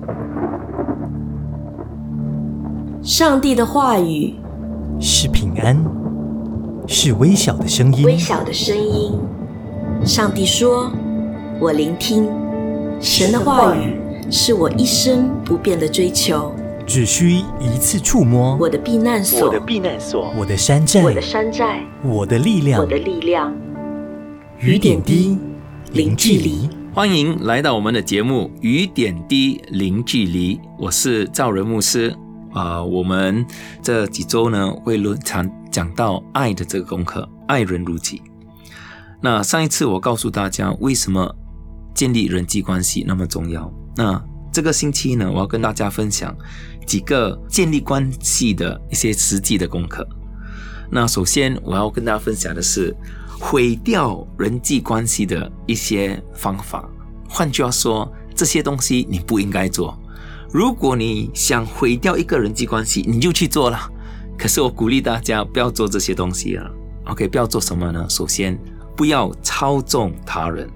上帝的话语是平安，是微小的声音。 微小的声音。上帝说：“我聆听。”神的话语是我一生不变的追求。 只需一次触摸， 我的避难所， 我的山寨，我的力量。雨点滴，零距离。 欢迎来到我们的节目《雨点滴零距离》，我是赵仁牧师。我们这几周呢会讲到爱的这个功课，爱人如己。那上一次我告诉大家为什么建立人际关系那么重要。那这个星期呢，我要跟大家分享几个建立关系的一些实际的功课。那首先我要跟大家分享的是毁掉人际关系的一些方法。换句话说，这些东西你不应该做。如果你想毁掉一个人际关系，你就去做了。可是我鼓励大家不要做这些东西了。OK， 不要做什么呢？首先，不要操纵他人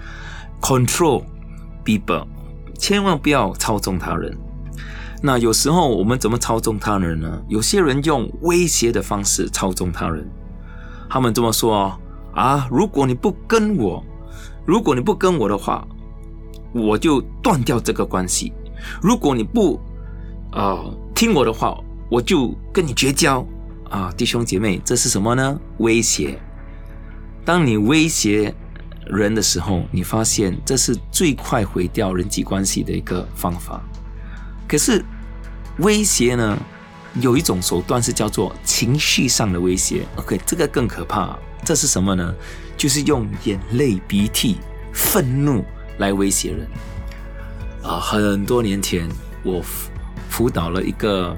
，control people， 千万不要操纵他人。那有时候我们怎么操纵他人呢？有些人用威胁的方式操纵他人。他们这么说如果你不跟我的话，我就断掉这个关系。如果你不听我的话，我就跟你绝交弟兄姐妹，这是什么呢？威胁。当你威胁人的时候，你发现这是最快毁掉人际关系的一个方法。可是威胁呢，有一种手段是叫做情绪上的威胁。OK， 这个更可怕。这是什么呢？就是用眼泪、鼻涕、愤怒来威胁人。很多年前，我辅导了一个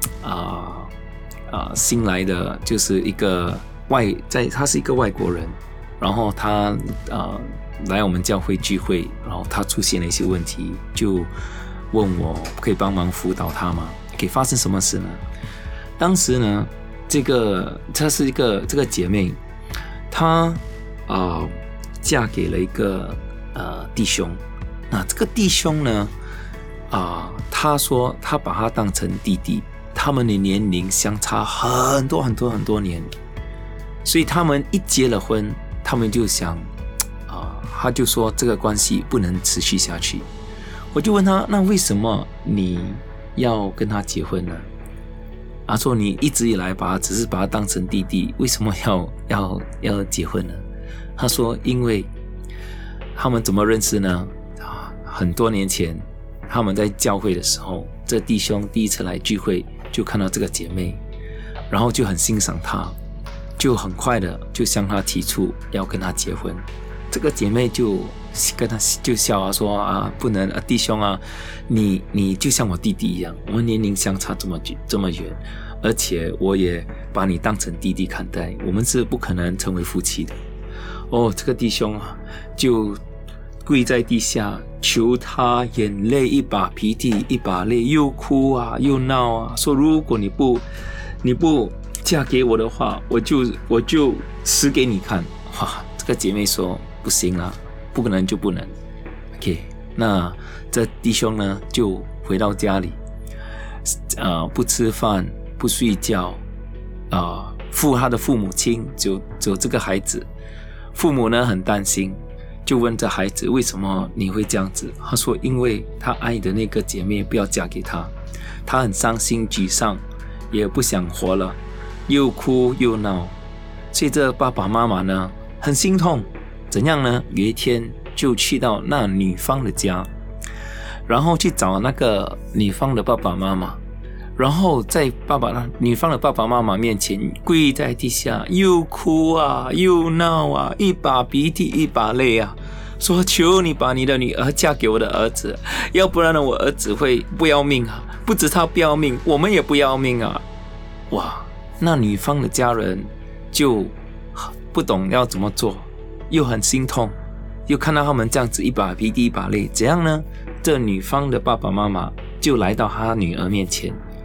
新来的，就是一个他是一个外国人，然后他来我们教会聚会，然后他出现了一些问题，就问我可以帮忙辅导他吗？可以发生什么事呢？当时呢，这个姐妹，她嫁给了一个弟兄。那这个弟兄呢，他说他把他当成弟弟，他们的年龄相差很多年，所以他们一结了婚，他们就想他就说这个关系不能持续下去。我就问他，那为什么你要跟他结婚呢？他说你一直以来只是把他当成弟弟，为什么要结婚呢？他说因为他们怎么认识呢？很多年前他们在教会的时候，这弟兄第一次来聚会就看到这个姐妹，然后就很欣赏她，就很快的就向她提出要跟她结婚。这个姐妹就跟他就笑说不能弟兄你就像我弟弟一样，我们年龄相差这么远，而且我也把你当成弟弟看待，我们是不可能成为夫妻的。这个弟兄就跪在地下求他，眼泪一把鼻涕一把泪，又哭又闹说如果你不嫁给我的话，我就死给你看。这个姐妹说不行不可能就不能。OK， 那这弟兄呢就回到家里，不吃饭不睡觉，他的父母亲只有这个孩子，父母呢很担心，就问这孩子为什么你会这样子？他说因为他爱的那个姐妹不要嫁给他，他很伤心沮丧，也不想活了，又哭又闹。所以这爸爸妈妈呢很心痛，怎样呢？有一天就去到那女方的家，然后去找那个女方的爸爸妈妈，然后在女方的爸爸妈妈面前跪在地下，又哭又闹一把鼻涕一把泪说求你把你的女儿嫁给我的儿子，要不然呢我儿子会不要命不止他不要命，我们也不要命那女方的家人就不懂要怎么做，又很心痛，又看到他们这样子一把鼻涕一把泪，怎样呢？这女方的爸爸妈妈就来到他女儿面前，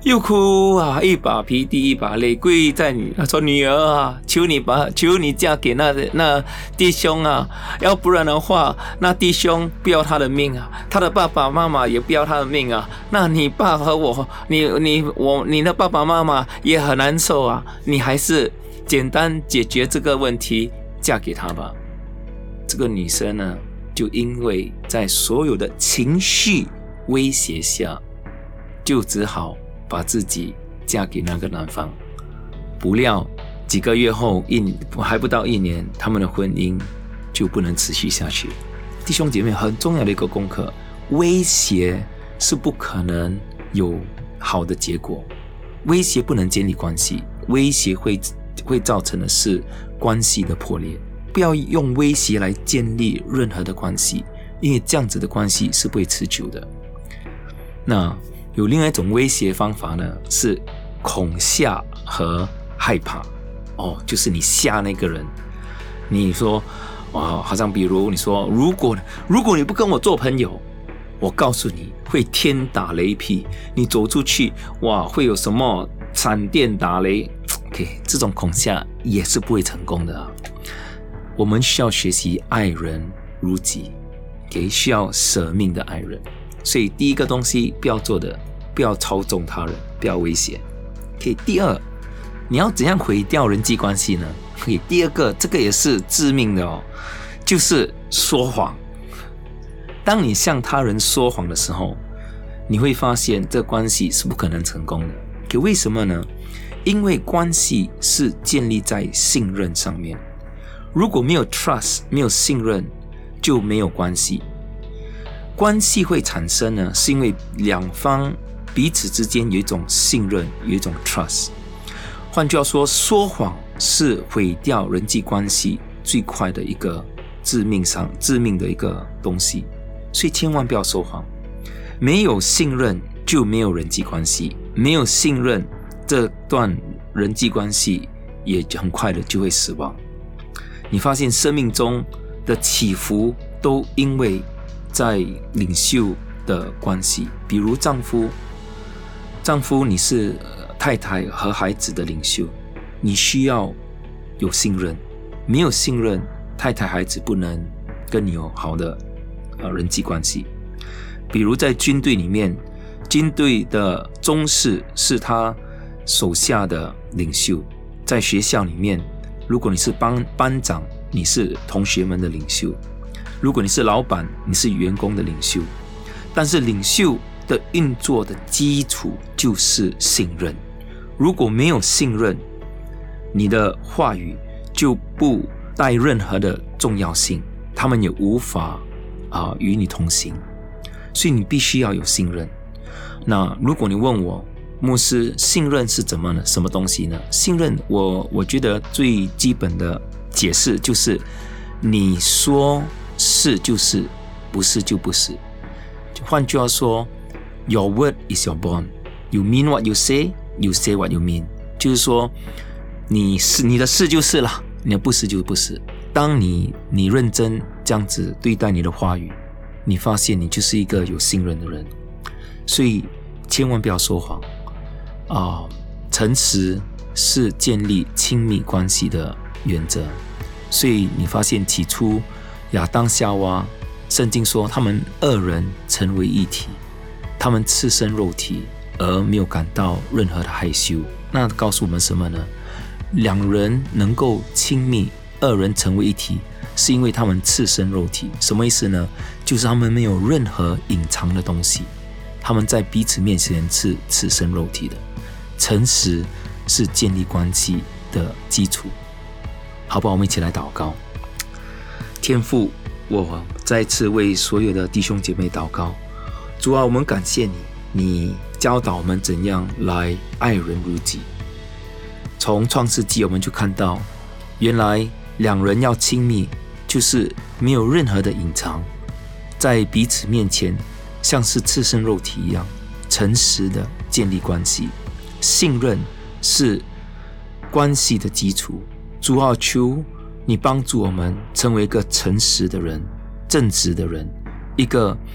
又哭啊，一把鼻涕一把泪，跪在他说女儿啊，求你嫁给那弟兄啊，要不然的话，那弟兄不要他的命啊，他的爸爸妈妈也不要他的命啊，那你爸和我，你的爸爸妈妈也很难受啊，你还是简单解决这个问题，嫁给他吧。这个女生呢，就因为在所有的情绪威胁下，就只好把自己嫁给那个男方。不料几个月后，还不到1年，他们的婚姻就不能持续下去。弟兄姐妹，很重要的一个功课，威胁是不可能有好的结果，威胁不能建立关系，威胁会造成的是关系的破裂。不要用威胁来建立任何的关系，因为这样子的关系是不会持久的。那有另外一种威胁方法呢，是恐吓和害怕。就是你吓那个人，你说好像比如你说，如果你不跟我做朋友，我告诉你会天打雷劈，你走出去会有什么闪电打雷。这种恐吓也是不会成功的。我们需要学习爱人如己，需要舍命的爱人。所以第一个东西不要做的，不要操纵他人，不要威胁。第二，你要怎样毁掉人际关系呢？第二个，这个也是致命的就是说谎。当你向他人说谎的时候，你会发现这关系是不可能成功的。为什么呢？因为关系是建立在信任上面。如果没有 trust， 没有信任，就没有关系。关系会产生呢，是因为两方彼此之间有一种信任，有一种 trust。换句话说，说谎是毁掉人际关系最快的一个致命的一个东西，所以千万不要说谎。没有信任就没有人际关系，没有信任，这段人际关系也很快的就会死亡。你发现生命中的起伏都因为在领袖的关系，比如丈夫你是太太和孩子的领袖，你需要有信任，没有信任，太太孩子不能跟你有好的人际关系。比如在军队里面，军队的中士是他手下的领袖，在学校里面，如果你是班长，你是同学们的领袖；如果你是老板，你是员工的领袖。但是领袖的运作的基础就是信任。如果没有信任，你的话语就不带任何的重要性，他们也无法与你同行。所以你必须要有信任。那如果你问我，牧师，信任是什么东西呢？信任我觉得最基本的解释就是，你说是就是，不是就不是。换句话说， Your word is your bond. You mean what you say, you say what you mean. 就是说，你的是就是了，你的不是就不是。当你认真这样子对待你的话语，你发现你就是一个有信任的人。所以千万不要说谎。诚实是建立亲密关系的原则。所以你发现起初亚当夏娃，圣经说他们二人成为一体，他们赤身肉体而没有感到任何的害羞。那告诉我们什么呢？两人能够亲密，二人成为一体，是因为他们赤身肉体。什么意思呢？就是他们没有任何隐藏的东西，他们在彼此面前是赤身肉体的。诚实是建立关系的基础。好不好？我们一起来祷告。天父，我再次为所有的弟兄姐妹祷告。主啊，我们感谢你，你教导我们怎样来爱人如己。从创世纪我们就看到，原来两人要亲密，就是没有任何的隐藏，在彼此面前像是赤身肉体一样，诚实的建立关系。信任是关系的基础。主啊，求你帮助我们成为一个诚实的人，正直的人，一个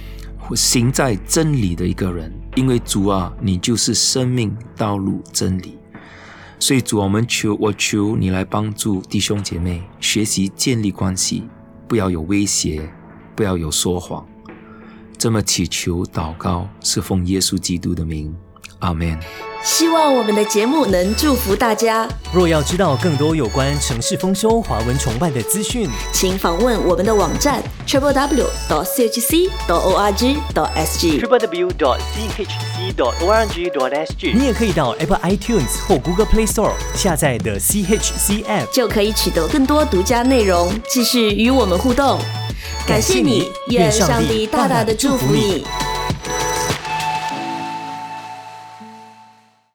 行在真理的一个人，因为主啊，你就是生命、道路、真理。所以主啊，我求你来帮助弟兄姐妹学习建立关系，不要有威胁，不要有说谎。这么祈求祷告，是奉耶稣基督的名，阿们。 希望我们的节目能祝福大家。 若要知道更多有关城市丰收、华文崇拜的资讯， 请访问我们的网站 www.chc.org.sg www.chc.org.sg。 你也可以到 Apple iTunes 或 Google Play Store 下载的 CHC App， 就可以取得更多独家内容，继续与我们互动。感谢你，愿上帝大大的祝福你。